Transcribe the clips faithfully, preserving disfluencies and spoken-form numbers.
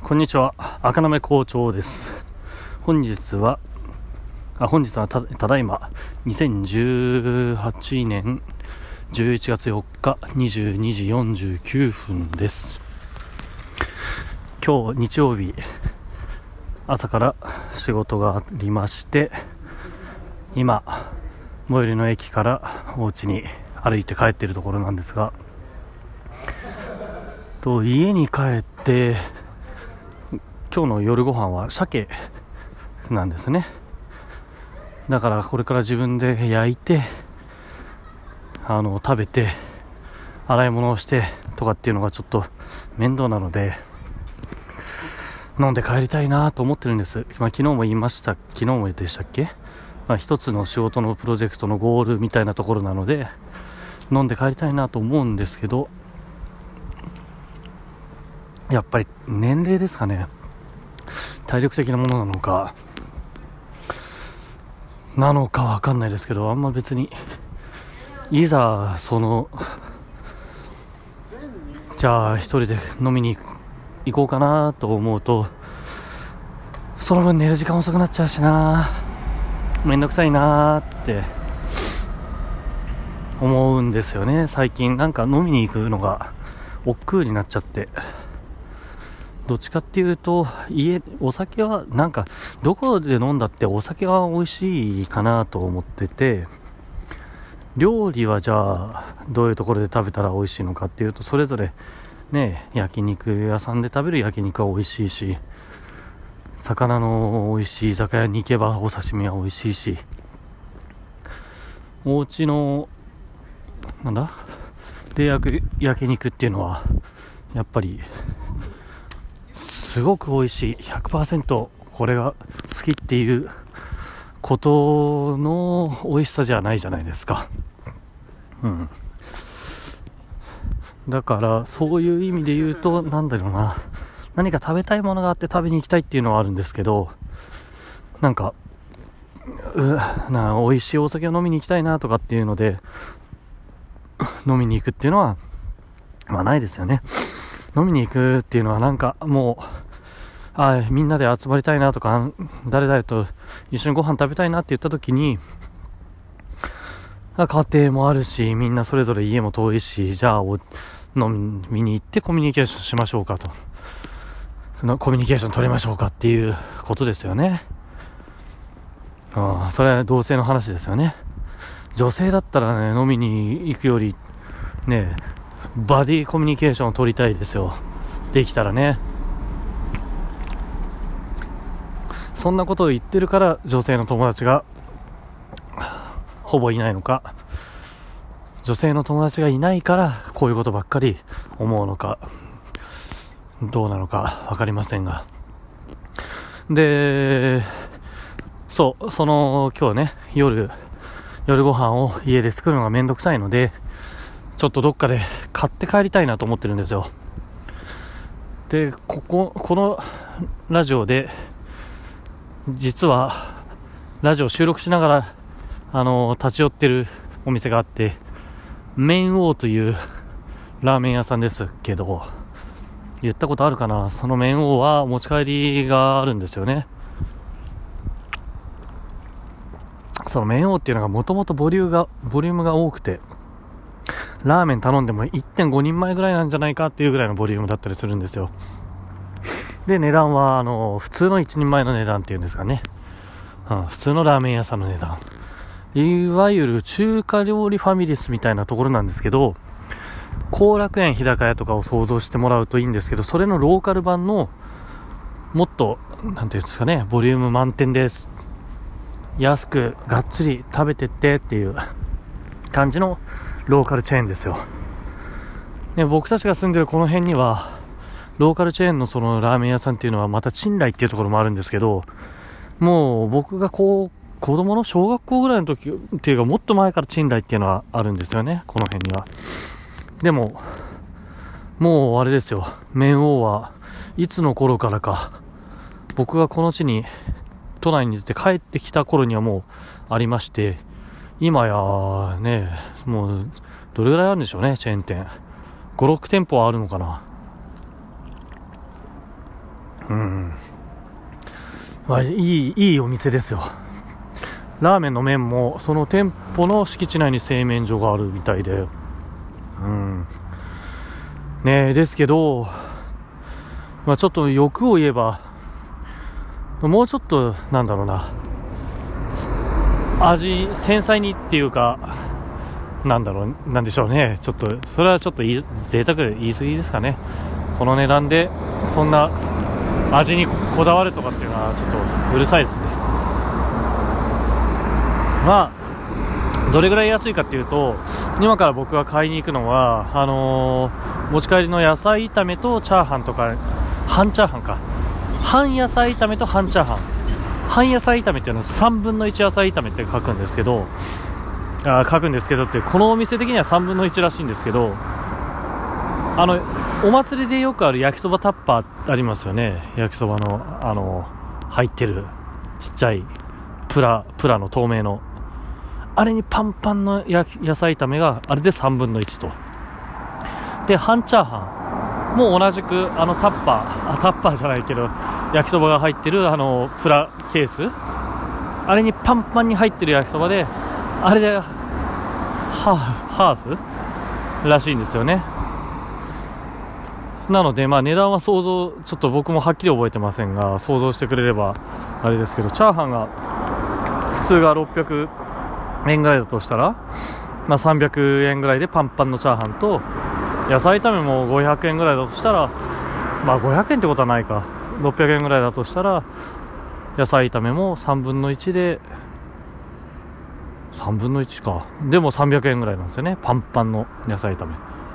こんにちは、赤なめ校長です。本日はあ本日は た, ただいまにせんじゅうはちねんじゅういちがつよっかにじゅうにじよんじゅうきゅうふんです。今日日曜日、朝から仕事がありまして、今最寄りの駅からお家に歩いて帰っているところなんですが、と家に帰って今日の夜ご飯は鮭なんですね。だからこれから自分で焼いてあの食べて洗い物をしてとかっていうのがちょっと面倒なので、飲んで帰りたいなと思ってるんです。まあ、昨日も言いました昨日もでしたっけ、まあ、一つの仕事のプロジェクトのゴールみたいなところなので飲んで帰りたいなと思うんですけど、やっぱり年齢ですかね、体力的なものなのかなのかわかんないですけど、あんま別にいざそのじゃあ一人で飲みに行こうかなと思うと、その分寝る時間遅くなっちゃうしな、めんどくさいなって思うんですよね。最近なんか飲みに行くのが億劫になっちゃって、どっちかっていうと家お酒はなんかどこで飲んだってお酒は美味しいかなと思ってて、料理はじゃあどういうところで食べたら美味しいのかっていうと、それぞれね、焼肉屋さんで食べる焼肉は美味しいし、魚の美味しい居酒屋に行けばお刺身は美味しいし、お家のなんだで焼く焼肉っていうのはやっぱりすごく美味しい ひゃくパーセント これが好きっていうことの美味しさじゃないじゃないですか。うんだからそういう意味で言うと、なんだろうな、何か食べたいものがあって食べに行きたいっていうのはあるんですけど、なんかうな美味しいお酒を飲みに行きたいなとかっていうので飲みに行くっていうのはまあないですよね。飲みに行くっていうのはなんかもうあみんなで集まりたいなとか、誰々と一緒にご飯食べたいなって言った時に、家庭もあるしみんなそれぞれ家も遠いし、じゃあお飲みに行ってコミュニケーションしましょうかと、コミュニケーション取りましょうかっていうことですよね。ああそれは同性の話ですよね。女性だったらね、飲みに行くよりねバディコミュニケーションを取りたいですよ、できたらね。そんなことを言ってるから女性の友達がほぼいないのか、女性の友達がいないからこういうことばっかり思うのかどうなのか分かりませんが、でそうその今日ね夜夜ご飯を家で作るのがめんどくさいので、ちょっとどっかで買って帰りたいなと思ってるんですよ。でこここのラジオで実はラジオ収録しながらあの立ち寄ってるお店があって、麺王というラーメン屋さんですけど、言ったことあるかな。その麺王は持ち帰りがあるんですよね。その麺王っていうのがもともとボリュームがボリュームが多くて、ラーメン頼んでも いってんごにんまえぐらいなんじゃないかっていうぐらいのボリュームだったりするんですよ。で値段はあの普通の一人前の値段っていうんですかね、うん、普通のラーメン屋さんの値段、いわゆる中華料理ファミレスみたいなところなんですけど、後楽園日高屋とかを想像してもらうといいんですけど、それのローカル版のもっとなんていうんですかね、ボリューム満点です、安くがっつり食べてってっていう感じのローカルチェーンですよ。で僕たちが住んでるこの辺にはローカルチェーンのそのラーメン屋さんっていうのはまた陳来っていうところもあるんですけど、もう僕がこう子供の小学校ぐらいの時っていうかもっと前から陳来っていうのはあるんですよね、この辺には。でももうあれですよ、麺王はいつの頃からか、僕がこの地に都内に出て帰ってきた頃にはもうありまして、今やねもうどれぐらいあるんでしょうね、チェーン店ご、ろく店舗はあるのかな。 うん、まあ、いいいいお店ですよ。ラーメンの麺もその店舗の敷地内に製麺所があるみたいで、うんねえ、ですけど、まあ、ちょっと欲を言えばもうちょっとなんだろうな、味繊細にっていうか、なんだろう、なんでしょうね、ちょっとそれはちょっといい贅沢言い過ぎですかね。この値段でそんな味にこだわるとかっていうのはちょっとうるさいですね。まあどれぐらい安いかっていうと、今から僕が買いに行くのはあのー、持ち帰りの野菜炒めとチャーハンとか、半チャーハンか、半野菜炒めと半チャーハン、半野菜炒めっていうのはさんぶんのいち野菜炒めって書くんですけど、あ書くんですけどってこのお店的にはさんぶんのいちらしいんですけど、あのお祭りでよくある焼きそばタッパーありますよね。焼きそばのあの入ってるちっちゃいプラプラの透明のあれにパンパンの野菜炒めがあれでさんぶんのいちと、で半チャーハンも同じくあのタッパーあタッパーじゃないけど焼きそばが入ってるあのプラケース、あれにパンパンに入ってる焼きそばで、あれでハーフハーフらしいんですよね。なのでまあ値段は想像、ちょっと僕もはっきり覚えてませんが想像してくれればあれですけど、チャーハンが普通がろっぴゃくえんぐらいだとしたら、まあ、さんびゃくえんぐらいでパンパンのチャーハンと、野菜炒めもごひゃくえんぐらいだとしたら、まあごひゃくえんってことはないか、ろっぴゃくえんぐらいだとしたら野菜炒めもさんぶんのいちでさんぶんのいちか、でもさんびゃくえんぐらいなんですよね、パンパンの野菜炒め。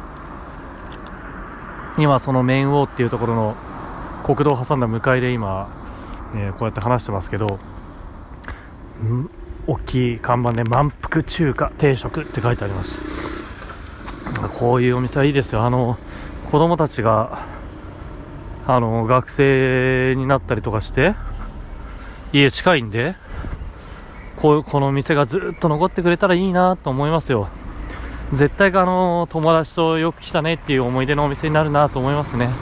今そのメインウォーっていうところの国道を挟んだ向かいで今、ね、こうやって話してますけど、ん大きい看板で満腹中華定食って書いてあります。こういうお店はいいですよ。あの子供たちがあの学生になったりとかして家近いんで、こうこの店がずっと残ってくれたらいいなと思いますよ。絶対あの友達とよく来たねっていう思い出のお店になるなと思いますね。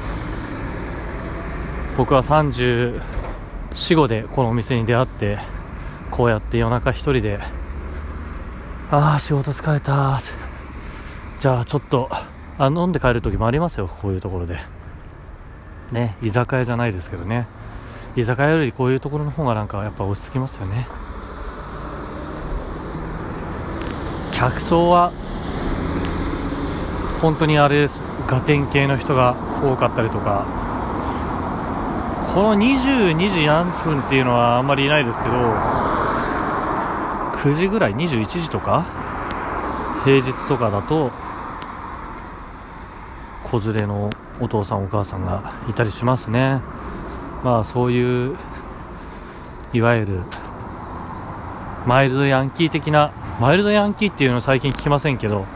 僕はさんじゅうよん、ごでこのお店に出会って、こうやって夜中一人で、ああ仕事疲れた、じゃあちょっとあ飲んで帰る時もありますよ、こういうところでね。居酒屋じゃないですけどね、居酒屋よりこういうところの方がなんかやっぱ落ち着きますよね。客層は本当にあれです、ガテン系の人が多かったりとか、このにじゅうにじ何分っていうのはあんまりいないですけど、くじぐらい、にじゅういちじとか平日とかだと子連れのお父さんお母さんがいたりしますね。まあそういういわゆるマイルドヤンキー的な、マイルドヤンキーっていうのを最近聞きませんけど、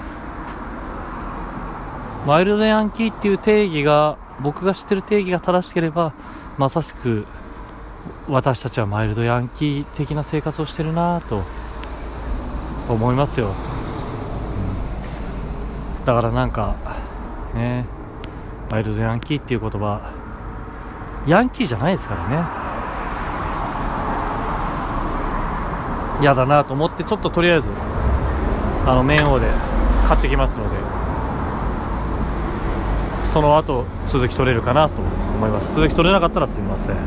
マイルドヤンキーっていう定義が、僕が知ってる定義が正しければ、まさしく私たちはマイルドヤンキー的な生活をしてるなと思いますよ、うん、だからなんかね、マイルドヤンキーっていう言葉、ヤンキーじゃないですからね。嫌だなと思って、ちょっととりあえずあの麺王で買ってきますので、その後続き取れるかなと思います。続き取れなかったらすみません。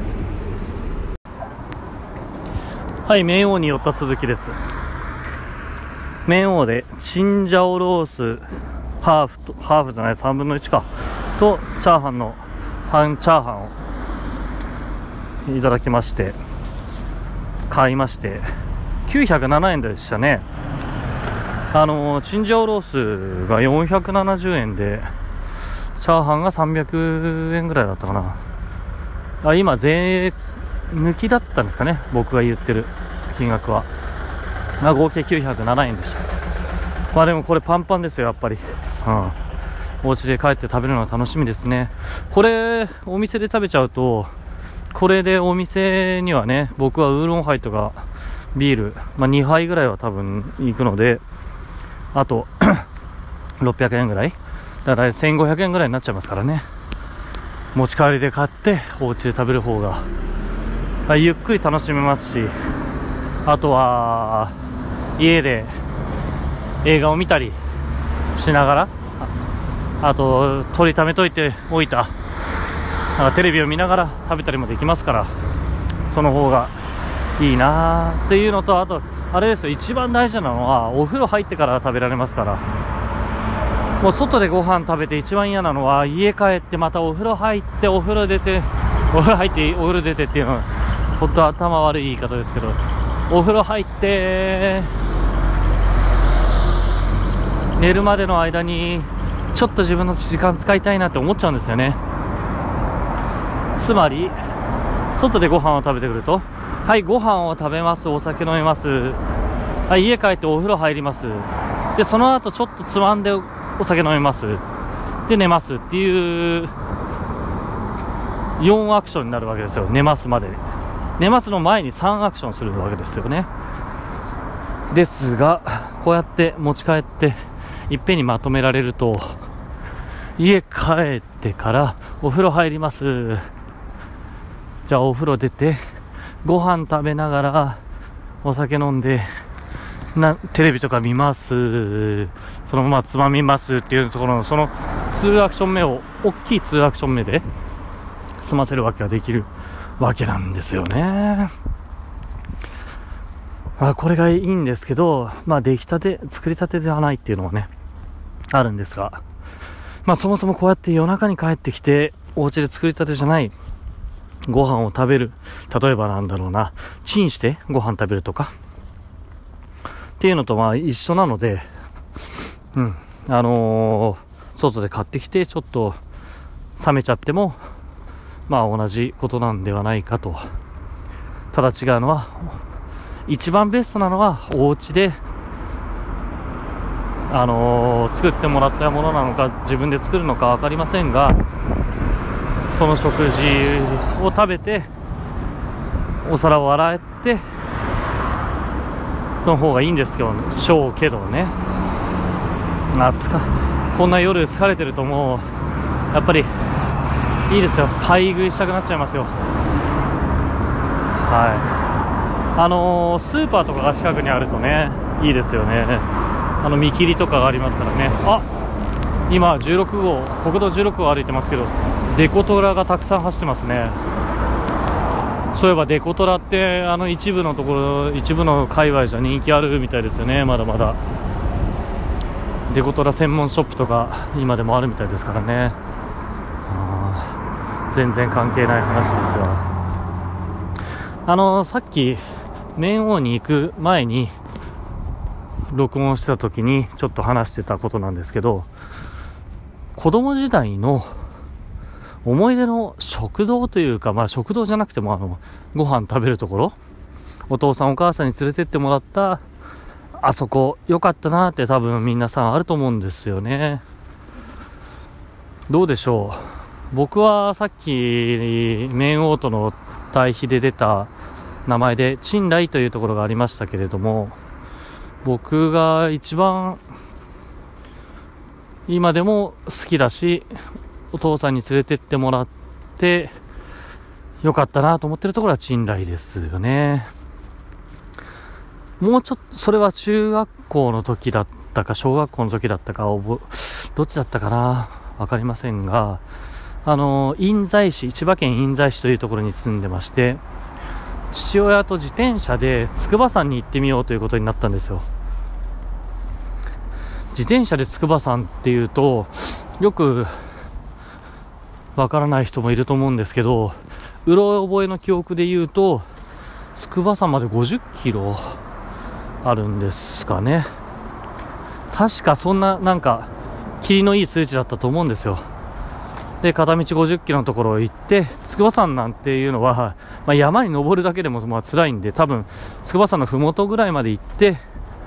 はい、麺王に寄った続きです。麺王でチンジャオロースハーフと、ハーフじゃないさんぶんのいちかとチャーハンの半チャーハンをいただきまして、買いましてきゅうひゃくななえんでしたね。あのチンジャオロースがよんひゃくななじゅうえんで、チャーハンがさんびゃくえんぐらいだったかな。あ、今税抜きだったんですかね、僕が言ってる金額は。まあ、合計きゅうひゃくななえんでした。まあでもこれパンパンですよ、やっぱり。うん、お家で帰って食べるのが楽しみですね。これお店で食べちゃうと、これでお店にはね、僕はウーロンハイとかビール、まあ、にはいぐらいは多分行くので、あとろっぴゃくえんぐらいだからせんごひゃくえんぐらいになっちゃいますからね。 持ち帰りで買ってお家で食べる方がゆっくり楽しめますし、あとは家で映画を見たりしながら、あと取りためといておいたテレビを見ながら食べたりもできますから、その方がいいなっていうのと、あとあれですよ、一番大事なのはお風呂入ってから食べられますから。もう外でご飯食べて一番嫌なのは、家帰ってまたお風呂入ってお風呂出てお風呂入ってお風呂出てっていうのは本当頭悪い言い方ですけど、お風呂入って寝るまでの間にちょっと自分の時間使いたいなって思っちゃうんですよね。つまり外でご飯を食べてくると、はい、ご飯を食べます、お酒飲みます、はい、家帰ってお風呂入ります、でその後ちょっとつまんでお酒飲みます、で寝ますっていうよんアクションになるわけですよ。寝ますまでに、寝ますの前にさんアクションするわけですよね。ですがこうやって持ち帰っていっぺんにまとめられると、家帰ってからお風呂入ります、じゃあお風呂出てご飯食べながらお酒飲んでなテレビとか見ます、そのままつまみますっていうところのそのにアクション目を大きいにアクション目で済ませるわけができるわけなんですよね。まあこれがいいんですけど、まあ出来たて作りたてではないっていうのはねあるんですが、まあそもそもこうやって夜中に帰ってきてお家で作りたてじゃないご飯を食べる、例えばなんだろうな、チンしてご飯食べるとかっていうのとまあ一緒なので、うんあのー、外で買ってきてちょっと冷めちゃってもまあ同じことなんではないかと。ただ違うのは、一番ベストなのはお家であのー、作ってもらったものなのか自分で作るのか分かりませんが、その食事を食べてお皿を洗っての方がいいんですけどしょうけどね。夏かこんな夜疲れてるともうやっぱりいいですよ、買い食いしたくなっちゃいますよ。はい、あのー、スーパーとかが近くにあるとねいいですよね。あの見切りとかがありますからね。あ、今じゅうろくごう、国道じゅうろくごう歩いてますけど、デコトラがたくさん走ってますね。そういえばデコトラってあの一部のところ、一部の界隈じゃ人気あるみたいですよね。まだまだデコトラ専門ショップとか今でもあるみたいですからね。全然関係ない話ですが、あのさっき麺王に行く前に録音してた時にちょっと話してたことなんですけど、子供時代の思い出の食堂というか、まあ食堂じゃなくてもあのご飯食べるところ、お父さんお母さんに連れてってもらったあそこ良かったなって多分皆さんあると思うんですよね。どうでしょう。僕はさっき麺王との対比で出た名前で陳来というところがありましたけれども、僕が一番今でも好きだしお父さんに連れてってもらってよかったなと思ってるところは陳来ですよね。もうちょっとそれは中学校の時だったか小学校の時だったかどっちだったかなわかりませんが、あの印西市、千葉県印西市というところに住んでまして、父親と自転車で筑波山に行ってみようということになったんですよ。自転車で筑波山っていうとよくわからない人もいると思うんですけど、うろ覚えの記憶で言うと筑波山までごじゅっキロあるんですかね。確かそんななんか霧のいい数値だったと思うんですよ。で片道ごじゅっキロのところを行って筑波山なんていうのは、まあ、山に登るだけでもまあ辛いんで、多分筑波山のふもとぐらいまで行って、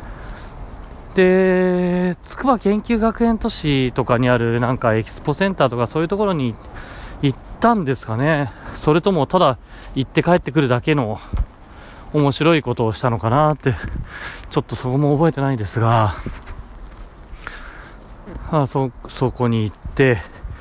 で筑波研究学園都市とかにあるなんかエキスポセンターとかそういうところに行ったんですかね。それともただ行って帰ってくるだけの面白いことをしたのかなって、ちょっとそこも覚えてないですが、あそそこに行って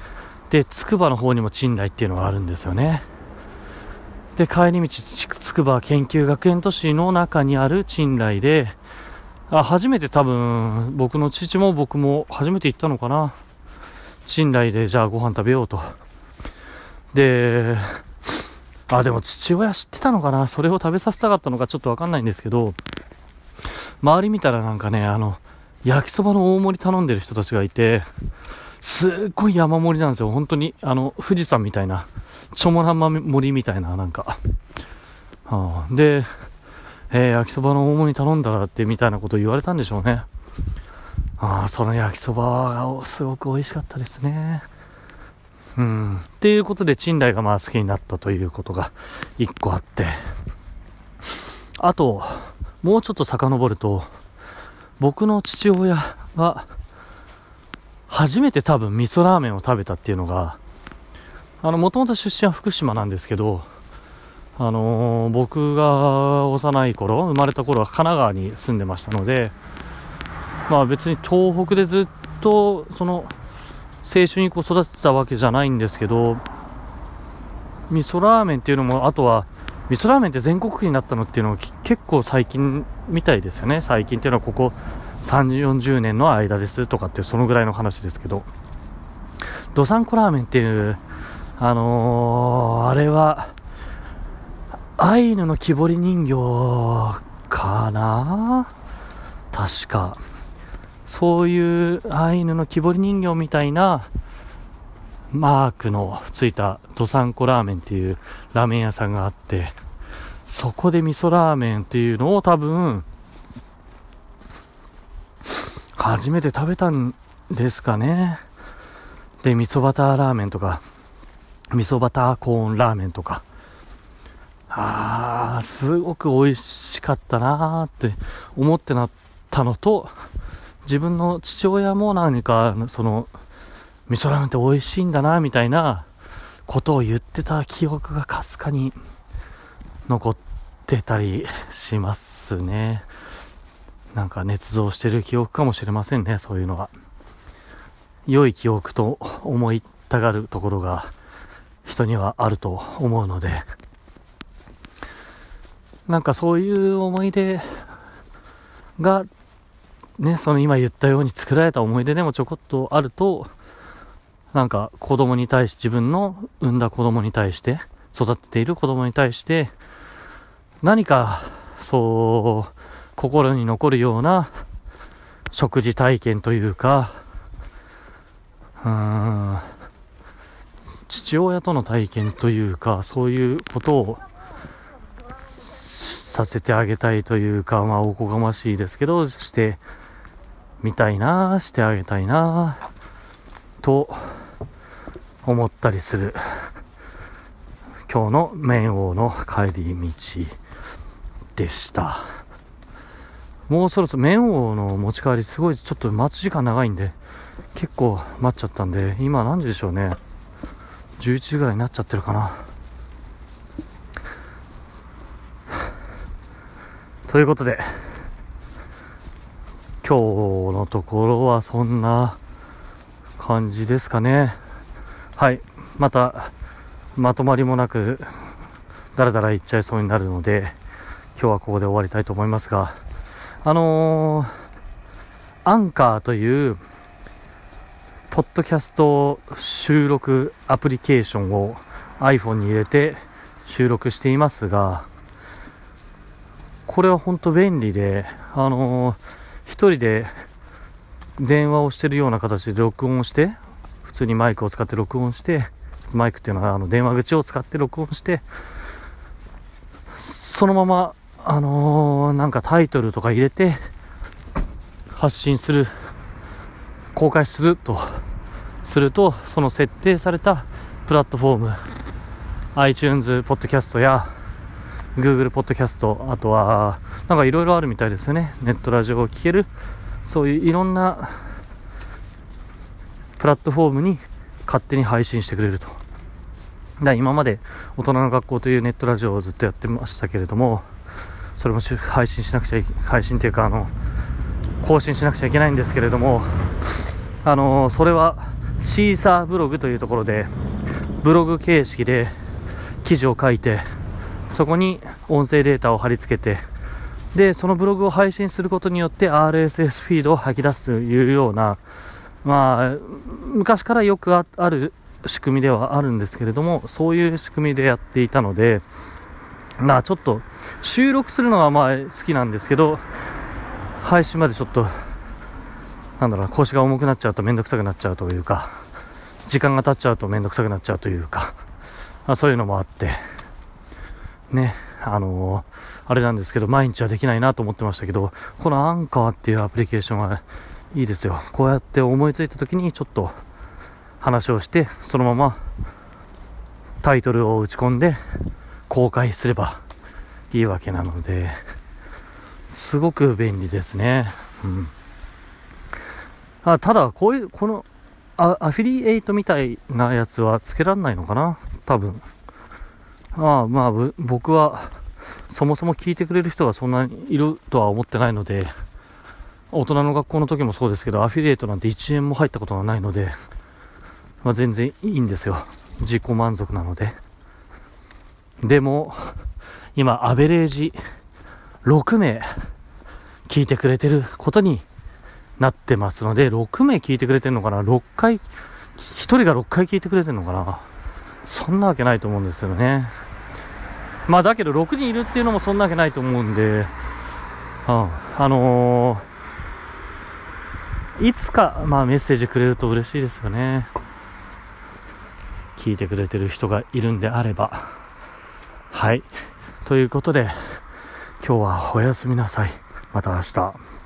でつくばの方にも珍来っていうのがあるんですよね。で帰り道つくば研究学園都市の中にある珍来で、あ初めて多分僕の父も僕も初めて行ったのかな。珍来でじゃあご飯食べようと。であでも父親知ってたのかな、それを食べさせたかったのかちょっと分かんないんですけど、周り見たらなんかね、あの焼きそばの大盛り頼んでる人たちがいて、すっごい山盛りなんですよ。本当にあの富士山みたいなチョモランマ盛りみたいな、なんか、はあ、で、えー、焼きそばの大盛り頼んだらってみたいなことを言われたんでしょうね。ああその焼きそばがすごく美味しかったですね。うんっていうことで珍来がまあ好きになったということが一個あって、あともうちょっと遡ると、僕の父親が初めて多分味噌ラーメンを食べたっていうのが、あのもともと出身は福島なんですけど、あのー、僕が幼い頃生まれた頃は神奈川に住んでましたので、まあ別に東北でずっとその青春にこう育てたわけじゃないんですけど、味噌ラーメンっていうのも、あとは味噌ラーメンって全国区になったのっていうのは結構最近みたいですよね。最近っていうのはここさんじゅう、よんじゅうねんの間ですとかってそのぐらいの話ですけど、どさんこラーメンっていうあのー、あれはアイヌの木彫り人形かな、確かそういうアイヌの木彫り人形みたいなマークのついたどさんこラーメンっていうラーメン屋さんがあって、そこで味噌ラーメンっていうのを多分初めて食べたんですかね。で味噌バターラーメンとか味噌バターコーンラーメンとか、あーすごく美味しかったなーって思ってなったのと、自分の父親も何かその味噌ラーメンって美味しいんだなみたいなことを言ってた記憶がかすかに残ってたりしますね。なんか捏造してる記憶かもしれませんね。そういうのは良い記憶と思いたがるところが人にはあると思うので、なんかそういう思い出がね、その今言ったように作られた思い出でもちょこっとあると、なんか子供に対して、自分の産んだ子供に対して、育てている子供に対して何かそう心に残るような食事体験というか、うーん父親との体験というか、そういうことをさせてあげたいというか、まあおこがましいですけどしてみたいな、してあげたいなと思ったりする今日の麺王の帰り道でした。もうそろそろ麺王の持ち帰りすごいちょっと待ち時間長いんで結構待っちゃったんで、今何時でしょうね、じゅういちじぐらいになっちゃってるかなということで今日のところはそんな感じですかね。はい、またまとまりもなくだらだら言っちゃいそうになるので今日はここで終わりたいと思いますが、あのー、アンカーというポッドキャスト収録アプリケーションを iPhone に入れて収録していますが、これは本当便利で、あのー、一人で電話をしているような形で録音をして、普通にマイクを使って録音して、マイクっていうのはあの電話口を使って録音して、そのままあのー、なんかタイトルとか入れて発信する、公開するとすると、その設定されたプラットフォーム iTunes ポッドキャストや Google ポッドキャスト、あとはなんかいろいろあるみたいですよね。ネットラジオを聞ける、そういういろんなプラットフォームに勝手に配信してくれると。だ今まで大人の学校というネットラジオをずっとやってましたけれども、それも配信しなくちゃい配信というかあの更新しなくちゃいけないんですけれども、あのそれはシーサーブログというところでブログ形式で記事を書いて、そこに音声データを貼り付けて、でそのブログを配信することによって アールエスエス フィードを吐き出すというような、まあ昔からよく あ, ある仕組みではあるんですけれども、そういう仕組みでやっていたので、まあちょっと収録するのはまあ好きなんですけど、配信までちょっとなんだろうな、腰が重くなっちゃうとめんどくさくなっちゃうというか、時間が経っちゃうとめんどくさくなっちゃうというか、まあ、そういうのもあってね、あのー、あれなんですけど、毎日はできないなと思ってましたけど、このアンカーっていうアプリケーションはいいですよ。こうやって思いついた時にちょっと話をして、そのままタイトルを打ち込んで公開すればいいわけなので、すごく便利ですね。うん、あただこういうこのアアフィリエイトみたいなやつはつけられないのかな、多分。ああまあ僕はそもそも聞いてくれる人がそんなにいるとは思ってないので、大人の学校の時もそうですけど、アフィリエイトなんていちえんも入ったことがないので、まあ、全然いいんですよ。自己満足なので。でも今アベレージろくめい聞いてくれてることになってますので、ろくめい聞いてくれてるのかな、ろっかい、ひとりがろっかい聞いてくれてるのかな、そんなわけないと思うんですよね。まあだけどろくにんいるっていうのもそんなわけないと思うんで、うん、あのー、いつかまあメッセージくれると嬉しいですよね。聞いてくれてる人がいるんであれば。はい、ということで今日はおやすみなさい。また明日。